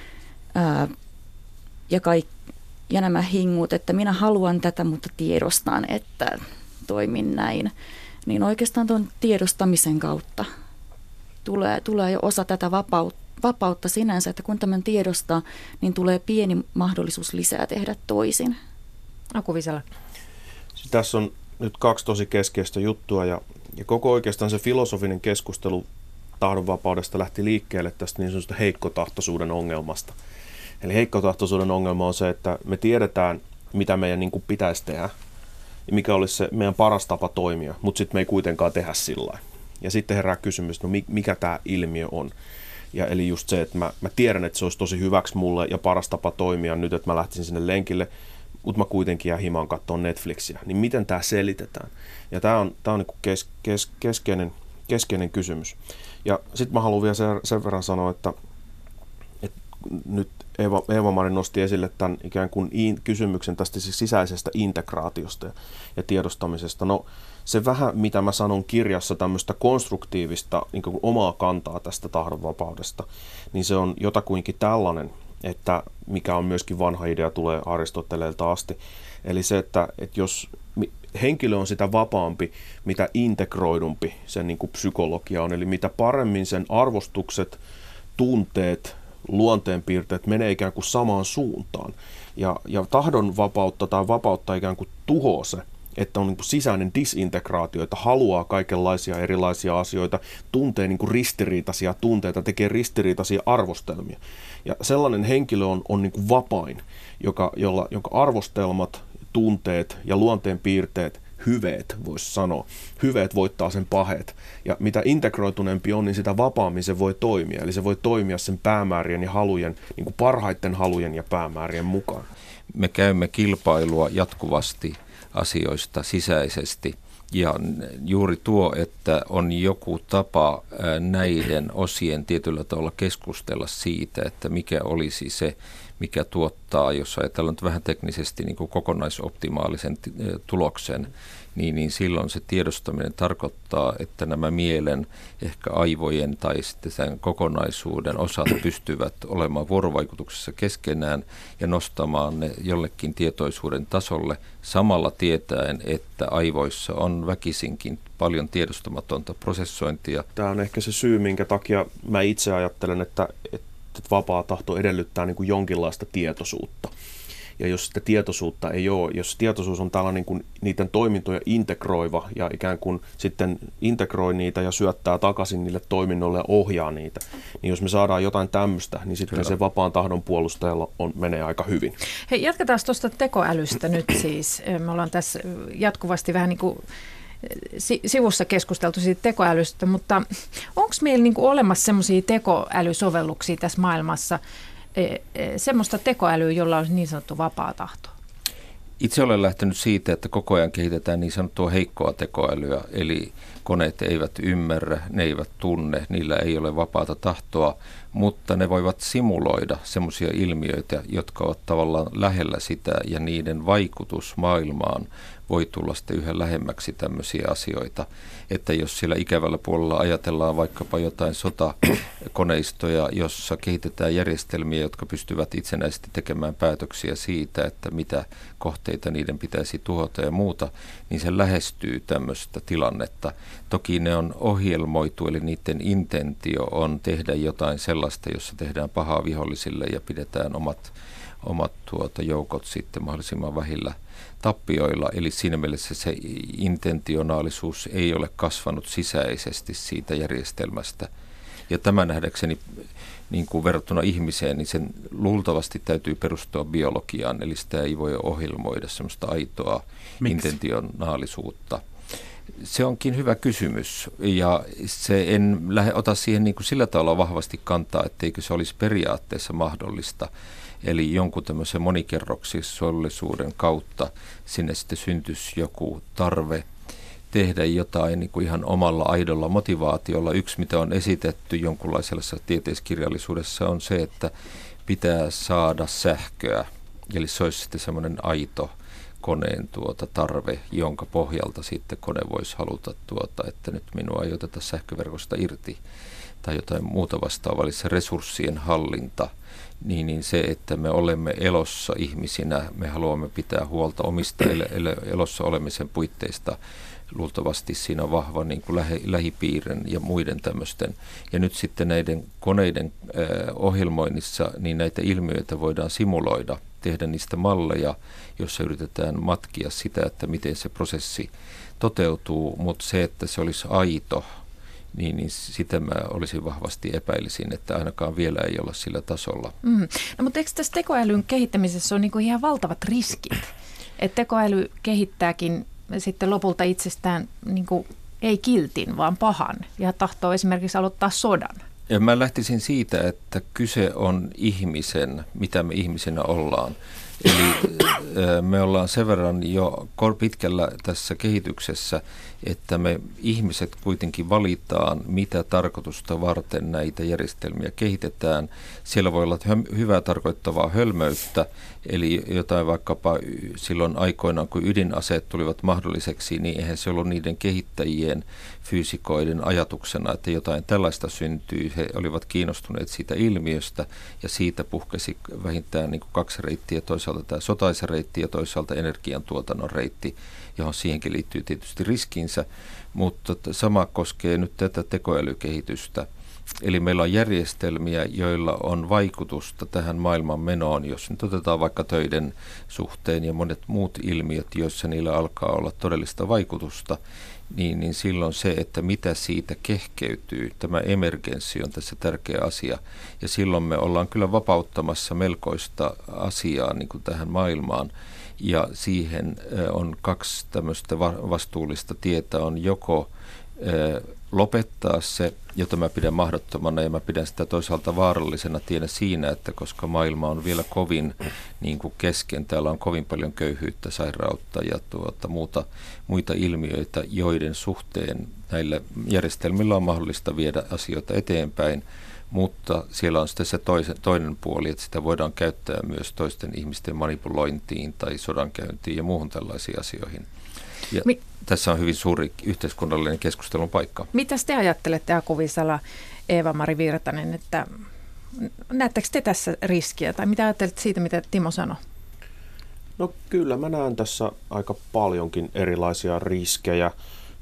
Ää, ja, kaik, ja nämä hingut, että minä haluan tätä, mutta tiedostan, että toimin näin. Niin oikeastaan tuon tiedostamisen kautta tulee, tulee jo osa tätä vapautta, vapautta sinänsä, että kun tämän tiedostaa, niin tulee pieni mahdollisuus lisää tehdä toisin. Aku Visala. Tässä on nyt kaksi tosi keskeistä juttua ja Ja koko oikeastaan se filosofinen keskustelu tahdonvapaudesta lähti liikkeelle tästä niin sanotusta heikkotahtoisuuden ongelmasta. Eli heikkotahtoisuuden ongelma on se, että me tiedetään, mitä meidän niin kuin pitäisi tehdä ja mikä olisi se meidän paras tapa toimia, mutta sitten me ei kuitenkaan tehdä sillä lailla. Ja sitten herää kysymys, no mikä tämä ilmiö on. Ja eli just se, että mä, mä tiedän, että se olisi tosi hyväksi mulle ja paras tapa toimia nyt, että mä lähtisin sinne lenkille, mutta mä kuitenkin jää himaan katsomaan Netflixiä. Niin miten tämä selitetään? Ja tämä on, tää on niinku kes, kes, keskeinen, keskeinen kysymys. Ja sitten mä haluan vielä sen, sen verran sanoa, että, että nyt Eeva, Eeva-Mari nosti esille tämän ikään kuin in, kysymyksen tästä siis sisäisestä integraatiosta ja, ja tiedostamisesta. No se vähän, mitä mä sanon kirjassa tämmöistä konstruktiivista niin kuin omaa kantaa tästä tahdonvapaudesta, niin se on jotakuinkin tällainen, että mikä on myöskin vanha idea, tulee Aristoteleelta asti. Eli se, että, että jos henkilö on sitä vapaampi, mitä integroidumpi sen niin kuin psykologia on, eli mitä paremmin sen arvostukset, tunteet, luonteenpiirteet menee ikään kuin samaan suuntaan. Ja, ja tahdon vapautta tai vapautta ikään kuin tuhoaa se, että on niin kuin sisäinen disintegraatio, että haluaa kaikenlaisia erilaisia asioita, tuntee niin kuin ristiriitaisia tunteita, tekee ristiriitaisia arvostelmia. Ja sellainen henkilö on, on niin kuin vapain, joka, jolla, jonka arvostelmat, tunteet ja luonteenpiirteet, hyveet voisi sanoa, hyveet voittaa sen paheet. Ja mitä integroituneempi on, niin sitä vapaammin se voi toimia. Eli se voi toimia sen päämäärien ja halujen, niin kuin parhaiten halujen ja päämäärien mukaan. Me käymme kilpailua jatkuvasti asioista sisäisesti. Ja juuri tuo, että on joku tapa näiden osien tietyllä tavalla keskustella siitä, että mikä olisi se, mikä tuottaa, jos ajatellaan nyt vähän teknisesti niin kuin kokonaisoptimaalisen tuloksen, niin, niin silloin se tiedostaminen tarkoittaa, että nämä mielen, ehkä aivojen tai sitten sen kokonaisuuden osat pystyvät olemaan vuorovaikutuksessa keskenään ja nostamaan ne jollekin tietoisuuden tasolle samalla tietäen, että aivoissa on väkisinkin paljon tiedostamatonta prosessointia. Tämä on ehkä se syy, minkä takia mä itse ajattelen, että, että vapaa tahto edellyttää niin kuin jonkinlaista tietoisuutta. Ja jos sitä tietoisuutta ei ole, jos tietoisuus on tällainen kuin niiden toimintoja integroiva ja ikään kuin sitten integroi niitä ja syöttää takaisin niille toiminnoille ja ohjaa niitä, niin jos me saadaan jotain tämmöistä, niin sitten Kyllä. se vapaan tahdon puolustajalla on, menee aika hyvin. Hei, jatketaan tuosta tekoälystä nyt siis. Me ollaan tässä jatkuvasti vähän niin kuin sivussa keskusteltu siitä tekoälystä, mutta onko meillä niin kuin olemassa semmoisia tekoälysovelluksia tässä maailmassa, semmoista tekoälyä, jolla on niin sanottu vapaa tahto? Itse olen lähtenyt siitä, että koko ajan kehitetään niin sanottua heikkoa tekoälyä, eli koneet eivät ymmärrä, ne eivät tunne, niillä ei ole vapaata tahtoa, mutta ne voivat simuloida semmoisia ilmiöitä, jotka ovat tavallaan lähellä sitä, ja niiden vaikutus maailmaan voi tulla sitten yhä lähemmäksi tämmöisiä asioita, että jos siellä ikävällä puolella ajatellaan vaikkapa jotain sotakoneistoja, jossa kehitetään järjestelmiä, jotka pystyvät itsenäisesti tekemään päätöksiä siitä, että mitä kohteita niiden pitäisi tuhota ja muuta, niin se lähestyy tämmöistä tilannetta. Toki ne on ohjelmoitu, eli niiden intentio on tehdä jotain sellaista, jossa tehdään pahaa vihollisille ja pidetään omat, omat tuota, joukot sitten mahdollisimman vähillä tappioilla, eli siinä mielessä se intentionaalisuus ei ole kasvanut sisäisesti siitä järjestelmästä. Ja tämä nähdäkseni niin kuin verrattuna ihmiseen, niin sen luultavasti täytyy perustua biologiaan, eli sitä ei voi ohjelmoida semmoista aitoa Miksi? intentionaalisuutta. Se onkin hyvä kysymys, ja se en lähde ota siihen niin kuin sillä tavalla vahvasti kantaa, etteikö se olisi periaatteessa mahdollista. Eli jonkun tämmöisen monikerroksisuuden kautta sinne sitten syntyisi joku tarve tehdä jotain niin kuin ihan omalla aidolla motivaatiolla. Yksi, mitä on esitetty jonkunlaisessa tieteiskirjallisuudessa, on se, että pitää saada sähköä. Eli se olisi sitten semmoinen aito koneen tuota tarve, jonka pohjalta sitten kone voisi haluta, tuota, että nyt minua ei oteta sähköverkosta irti tai jotain muuta vastaavaa, eli se resurssien hallinta. Niin, niin se, että me olemme elossa ihmisinä, me haluamme pitää huolta omista el- el- elossa olemisen puitteista, luultavasti siinä on vahva niin kuin lähi- lähipiirin ja muiden tämmöisten. Ja nyt sitten näiden koneiden äh, ohjelmoinnissa, niin näitä ilmiöitä voidaan simuloida, tehdä niistä malleja, joissa yritetään matkia sitä, että miten se prosessi toteutuu, mutta se, että se olisi aito, Niin, niin sitä mä olisin vahvasti epäilisin, että ainakaan vielä ei olla sillä tasolla. Mm. No, mutta eikö tässä tekoälyn kehittämisessä ole niinku ihan valtavat riskit? Että tekoäly kehittääkin sitten lopulta itsestään niinku, ei kiltin, vaan pahan, ja tahtoo esimerkiksi aloittaa sodan. Ja mä lähtisin siitä, että kyse on ihmisen, mitä me ihmisenä ollaan. Eli me ollaan sen verran jo pitkällä tässä kehityksessä, että me ihmiset kuitenkin valitaan, mitä tarkoitusta varten näitä järjestelmiä kehitetään. Siellä voi olla hyvää tarkoittavaa hölmöyttä, eli jotain vaikkapa silloin aikoinaan, kun ydinaseet tulivat mahdolliseksi, niin eihän se ollut niiden kehittäjien, fyysikoiden ajatuksena, että jotain tällaista syntyy. He olivat kiinnostuneet siitä ilmiöstä, ja siitä puhkesi vähintään niin kuin kaksi reittiä, toisaalta tämä sotaisen reitti ja toisaalta energiantuotannon reitti, johon siihenkin liittyy tietysti riskinsä, mutta sama koskee nyt tätä tekoälykehitystä. Eli meillä on järjestelmiä, joilla on vaikutusta tähän maailman menoon, jos nyt otetaan vaikka töiden suhteen ja monet muut ilmiöt, joissa niillä alkaa olla todellista vaikutusta, niin, niin silloin se, että mitä siitä kehkeytyy, tämä emergenssi on tässä tärkeä asia. Ja silloin me ollaan kyllä vapauttamassa melkoista asiaa niin kuin tähän maailmaan. Ja siihen on kaksi tämmöistä vastuullista tietä, on joko lopettaa se, jota mä pidän mahdottomana, ja mä pidän sitä toisaalta vaarallisena tienä siinä, että koska maailma on vielä kovin niin kuin kesken, täällä on kovin paljon köyhyyttä, sairautta ja tuota, muuta, muita ilmiöitä, joiden suhteen näillä järjestelmillä on mahdollista viedä asioita eteenpäin, mutta siellä on sitten se toisen, toinen puoli, että sitä voidaan käyttää myös toisten ihmisten manipulointiin tai sodankäyntiin ja muuhun tällaisiin asioihin. Ja Mi- tässä on hyvin suuri yhteiskunnallinen keskustelun paikka. Mitäs te ajattelette, Aku Viisala, Eeva-Mari Virtanen, että näettekö te tässä riskiä, tai mitä ajattelet siitä, mitä Timo sanoi? No kyllä, mä näen tässä aika paljonkin erilaisia riskejä.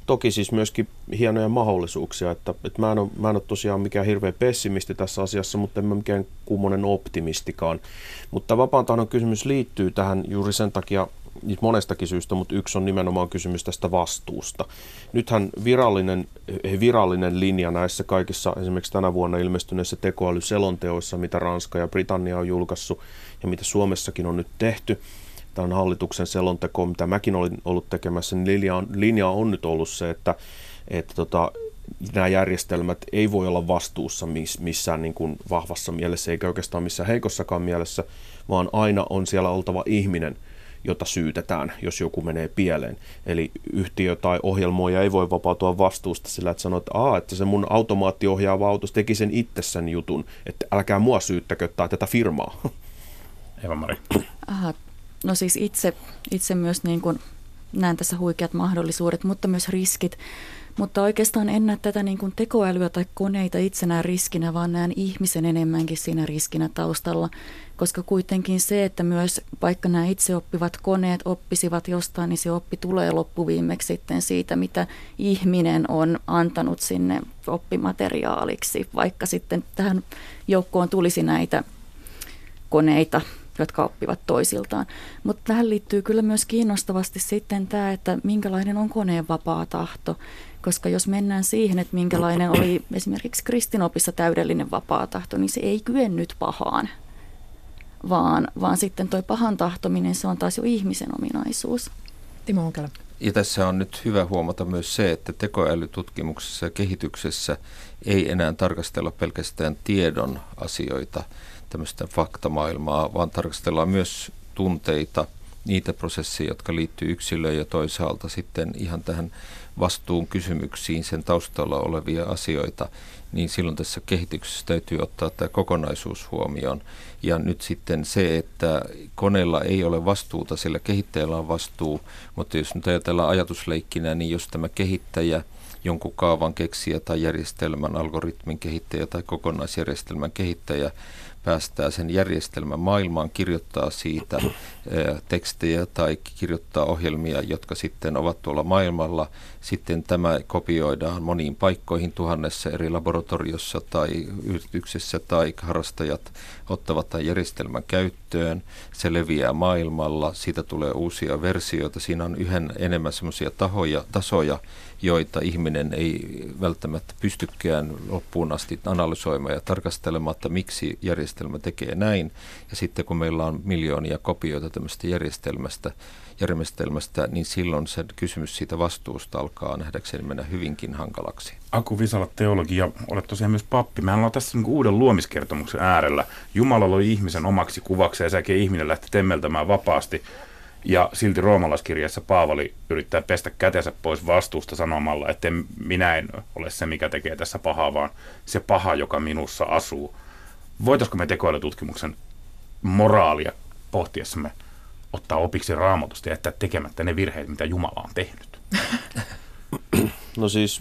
toki siis myöskin hienoja mahdollisuuksia, että, että mä, en ole, mä en ole tosiaan mikään hirveä pessimisti tässä asiassa, mutta en mä mikään kummonen optimistikaan. Mutta vapaan tahdon kysymys liittyy tähän juuri sen takia, monestakin syystä, mutta yksi on nimenomaan kysymys tästä vastuusta. Nythän virallinen, virallinen linja näissä kaikissa esimerkiksi tänä vuonna ilmestyneissä tekoälyselonteoissa, mitä Ranska ja Britannia on julkaissut ja mitä Suomessakin on nyt tehty, tämä on hallituksen selonteko, mitä mäkin olin ollut tekemässä, niin linja on, linja on nyt ollut se, että, että tota, nämä järjestelmät ei voi olla vastuussa missään niin kuin vahvassa mielessä, eikä oikeastaan missään heikossakaan mielessä, vaan aina on siellä oltava ihminen, jota syytetään, jos joku menee pieleen. Eli yhtiö tai ohjelmoija ei voi vapautua vastuusta sillä, että sanoo, että, Aa, että se mun automaattiohjaava autos teki sen itse sen jutun, että älkää mua syyttäkö tai tätä firmaa. Eva-Mari. Aha, no siis itse, itse myös niin kuin näen tässä huikeat mahdollisuudet, mutta myös riskit. Mutta oikeastaan en näe tätä niin kuin tekoälyä tai koneita itsenään riskinä, vaan näen ihmisen enemmänkin siinä riskinä taustalla. Koska kuitenkin se, että myös vaikka nämä itseoppivat koneet oppisivat jostain, niin se oppi tulee loppuviimeksi sitten siitä, mitä ihminen on antanut sinne oppimateriaaliksi. Vaikka sitten tähän joukkoon tulisi näitä koneita, jotka oppivat toisiltaan. Mutta tähän liittyy kyllä myös kiinnostavasti sitten tämä, että minkälainen on koneen vapaa tahto. Koska jos mennään siihen, että minkälainen oli esimerkiksi kristinopissa täydellinen vapaa tahto, niin se ei kyennyt pahaan. Vaan, vaan sitten toi pahan tahtominen, se on taas jo ihmisen ominaisuus. Timo Honkela. Ja tässä on nyt hyvä huomata myös se, että tekoälytutkimuksessa ja kehityksessä ei enää tarkastella pelkästään tiedon asioita, tämmöistä faktamaailmaa, vaan tarkastellaan myös tunteita, niitä prosesseja, jotka liittyy yksilöön ja toisaalta sitten ihan tähän vastuun kysymyksiin, sen taustalla olevia asioita, niin silloin tässä kehityksessä täytyy ottaa tämä kokonaisuus huomioon. Ja nyt sitten se, että koneella ei ole vastuuta, sillä kehittäjällä on vastuu, mutta jos nyt ajatellaan ajatusleikkinä, niin jos tämä kehittäjä, jonkun kaavan keksijä tai järjestelmän, algoritmin kehittäjä tai kokonaisjärjestelmän kehittäjä päästää sen järjestelmän maailmaan, kirjoittaa siitä tekstejä tai kirjoittaa ohjelmia, jotka sitten ovat tuolla maailmalla. Sitten tämä kopioidaan moniin paikkoihin tuhannessa eri laboratoriossa tai yrityksessä tai harrastajat ottavat tämän järjestelmän käyttöön. Se leviää maailmalla, siitä tulee uusia versioita. Siinä on yhä enemmän semmoisia tahoja, tasoja, joita ihminen ei välttämättä pystykään loppuun asti analysoimaan ja tarkastelemaan, että miksi järjestelmä tekee näin. Ja sitten kun meillä on miljoonia kopioita tämmöistä järjestelmästä, järjestelmästä, niin silloin se kysymys siitä vastuusta alkaa nähdäkseni mennä hyvinkin hankalaksi. Aku Visala, teologi, ja olet tosiaan myös pappi. Mehän ollaan tässä niin uuden luomiskertomuksen äärellä. Jumala loi ihmisen omaksi kuvaksi ja säkin ihminen lähti temmeltämään vapaasti. Ja silti roomalaiskirjassa Paavali yrittää pestä kätensä pois vastuusta sanomalla, että minä en ole se, mikä tekee tässä pahaa, vaan se paha, joka minussa asuu. Voitaisiko me tekoälytutkimuksen moraalia pohtiessamme ottaa opiksi Raamatusta ja jättää tekemättä ne virheet, mitä Jumala on tehnyt? No siis,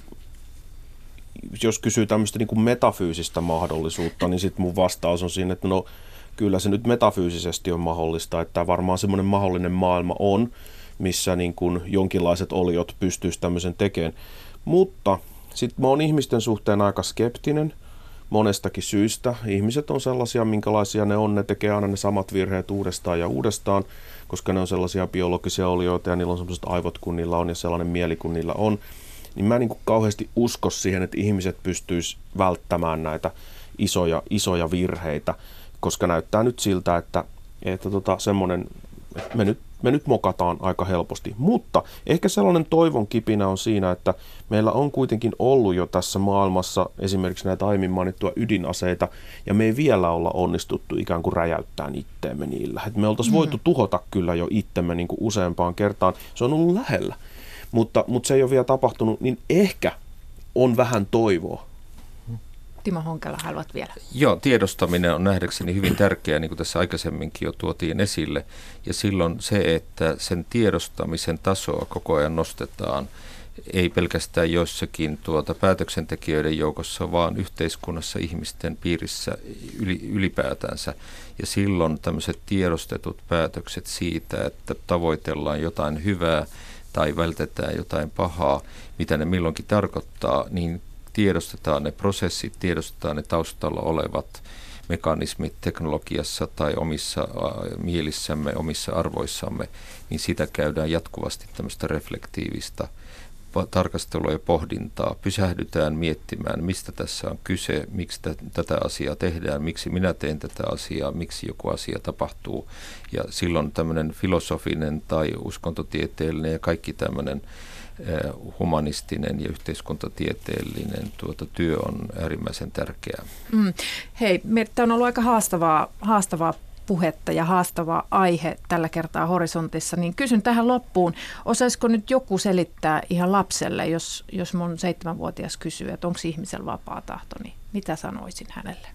jos kysyy tämmöistä niin kuin metafyysistä mahdollisuutta, niin sitten mun vastaus on siinä, että no kyllä se nyt metafyysisesti on mahdollista, että varmaan semmoinen mahdollinen maailma on, missä niin kuin jonkinlaiset oliot pystyisi tämmöisen tekemään. Mutta sitten mä oon ihmisten suhteen aika skeptinen monestakin syystä. Ihmiset on sellaisia, minkälaisia ne on. Ne tekee aina ne samat virheet uudestaan ja uudestaan, koska ne on sellaisia biologisia olioita ja niillä on sellaiset aivot kun niillä on ja sellainen mieli kun niillä on. Niin mä en niin kuin kauheasti usko siihen, että ihmiset pystyis välttämään näitä isoja, isoja virheitä, koska näyttää nyt siltä, että, että tota, semmoinen, että me nyt, me nyt mokataan aika helposti. Mutta ehkä sellainen toivon kipinä on siinä, että meillä on kuitenkin ollut jo tässä maailmassa esimerkiksi näitä aiemmin mainittua ydinaseita, ja me ei vielä olla onnistuttu ikään kuin räjäyttämään itteemme niillä. Et me oltaisiin voitu tuhota kyllä jo itsemme niin kuin useampaan kertaan. Se on ollut lähellä, mutta, mutta se ei ole vielä tapahtunut, niin ehkä on vähän toivoa. Timo Honkela, haluat vielä? Joo, tiedostaminen on nähdäkseni hyvin tärkeää, niin kuin tässä aikaisemminkin jo tuotiin esille. Ja silloin se, että sen tiedostamisen tasoa koko ajan nostetaan, ei pelkästään joissakin tuota päätöksentekijöiden joukossa, vaan yhteiskunnassa, ihmisten piirissä yli, ylipäätänsä. Ja silloin tämmöiset tiedostetut päätökset siitä, että tavoitellaan jotain hyvää, tai vältetään jotain pahaa, mitä ne milloinkin tarkoittaa, niin tiedostetaan ne prosessit, tiedostetaan ne taustalla olevat mekanismit teknologiassa tai omissa mielissämme, omissa arvoissamme, niin sitä käydään jatkuvasti tämmöistä reflektiivistä tarkastelua ja pohdintaa. Pysähdytään miettimään, mistä tässä on kyse, miksi t- tätä asiaa tehdään, miksi minä teen tätä asiaa, miksi joku asia tapahtuu. Ja silloin tämmöinen filosofinen tai uskontotieteellinen ja kaikki tämmöinen humanistinen ja yhteiskuntatieteellinen tuota, työ on äärimmäisen tärkeää. Mm. Hei, tämä on ollut aika haastavaa, haastavaa puhetta ja haastava aihe tällä kertaa Horisontissa, niin kysyn tähän loppuun, osaisiko nyt joku selittää ihan lapselle, jos, jos mun seitsemänvuotias kysyy, että onko ihmisellä vapaa tahto, niin mitä sanoisin hänelle?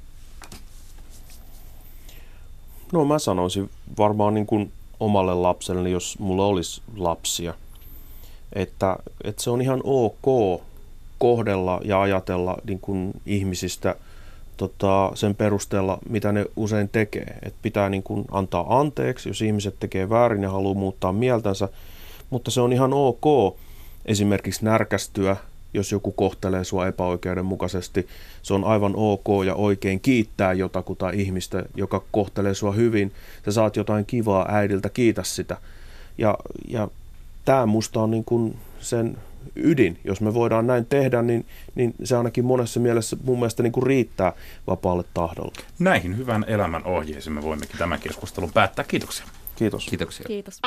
No mä sanoisin varmaan niin kuin omalle lapselle, jos mulla olisi lapsia, että, että se on ihan ok kohdella ja ajatella niin kuin ihmisistä tota, sen perusteella, mitä ne usein tekee. Et pitää niin kuin antaa anteeksi, jos ihmiset tekee väärin ja haluaa muuttaa mieltänsä, mutta se on ihan ok esimerkiksi närkästyä, jos joku kohtelee sua epäoikeudenmukaisesti. Se on aivan ok ja oikein kiittää jotakuta ihmistä, joka kohtelee sua hyvin. Sä saat jotain kivaa äidiltä, kiitä sitä. Ja, ja tämä musta on niin kuin sen ydin. Jos me voidaan näin tehdä, niin, niin se ainakin monessa mielessä mun mielestä niin kuin riittää vapaalle tahdolle. Näihin hyvän elämän ohjeisiin me voimmekin tämän keskustelun päättää. Kiitoksia. Kiitos. Kiitoksia. Kiitos.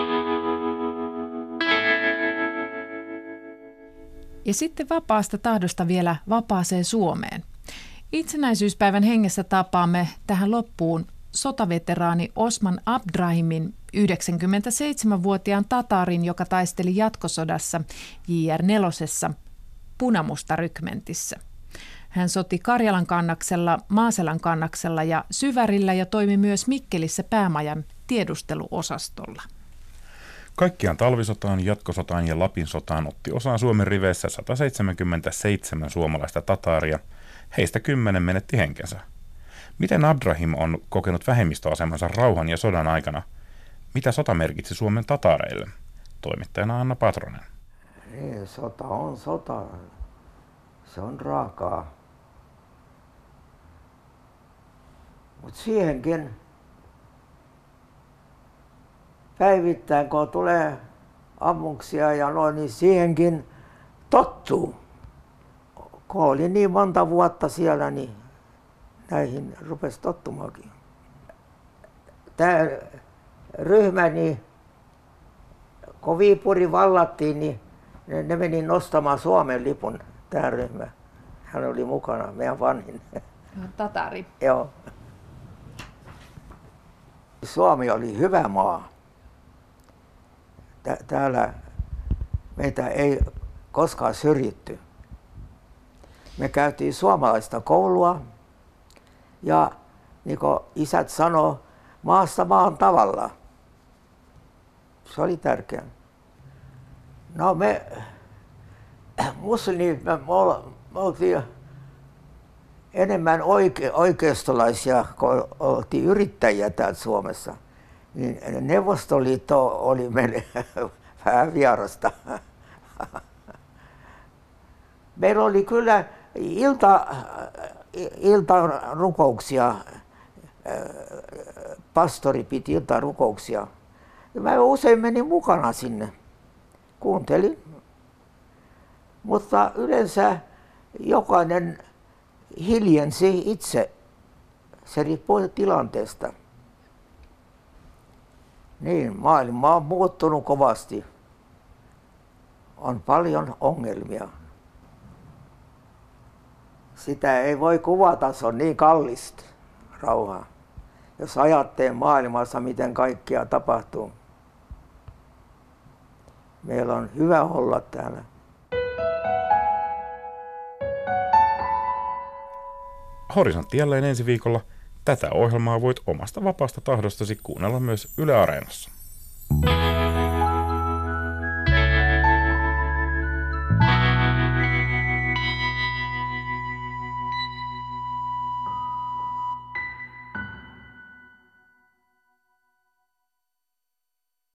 Ja sitten vapaasta tahdosta vielä vapaaseen Suomeen. Itsenäisyyspäivän hengessä tapaamme tähän loppuun sotaveteraani Osman Abdrahimin, yhdeksänkymmentäseitsemänvuotiaan tatarin, joka taisteli jatkosodassa J R neljä punamustarykmentissä. Hän soti Karjalan kannaksella, Maaselän kannaksella ja Syvärillä ja toimi myös Mikkelissä päämajan tiedusteluosastolla. Kaikkiaan talvisotaan, jatkosotaan ja Lapin sotaan otti osaan Suomen riveissä sata seitsemänkymmentäseitsemän suomalaista tataria, heistä kymmenen menetti henkensä. Miten Abdrahim on kokenut vähemmistöasemansa rauhan ja sodan aikana? Mitä sota merkitsi Suomen tatareille? Toimittajana Anna Patronen. Niin, sota on sota. Se on raakaa. Mutta siihenkin päivittäin, kun tulee ammuksia ja noin, niin siihenkin tottuu. Kun oli niin monta vuotta siellä, niin näihin rupesi tottumaankin. Tämä ryhmä, niin kun Viipuri vallattiin, niin ne, ne meni nostamaan Suomen lipun, tämä ryhmä. Hän oli mukana, meidän vanhin. Tatari. Joo. Suomi oli hyvä maa. Täällä meitä ei koskaan syrjitty. Me käytiin suomalaista koulua ja niin kuin isät sanoo, maasta maan tavalla. Se oli tärkeää. No me muslimit, me, me oltiin enemmän oike, oikeistolaisia, kun oltiin yrittäjiä täällä Suomessa. Niin Neuvostoliitto oli meille vähän vierasta. Meillä oli kyllä ilta, iltarukouksia, pastori piti iltarukouksia. Mä usein menin mukana sinne, kuuntelin, mutta yleensä jokainen hiljensi itse, se riippuu tilanteesta. Niin, maailma on muuttunut kovasti. On paljon ongelmia. Sitä ei voi kuvata, se on niin kallista, rauhaa. Jos ajattelee maailmassa, miten kaikkia tapahtuu. Meillä on hyvä olla täällä. Horisontti jälleen ensi viikolla. Tätä ohjelmaa voit omasta vapaasta tahdostasi kuunnella myös Yle Areenassa.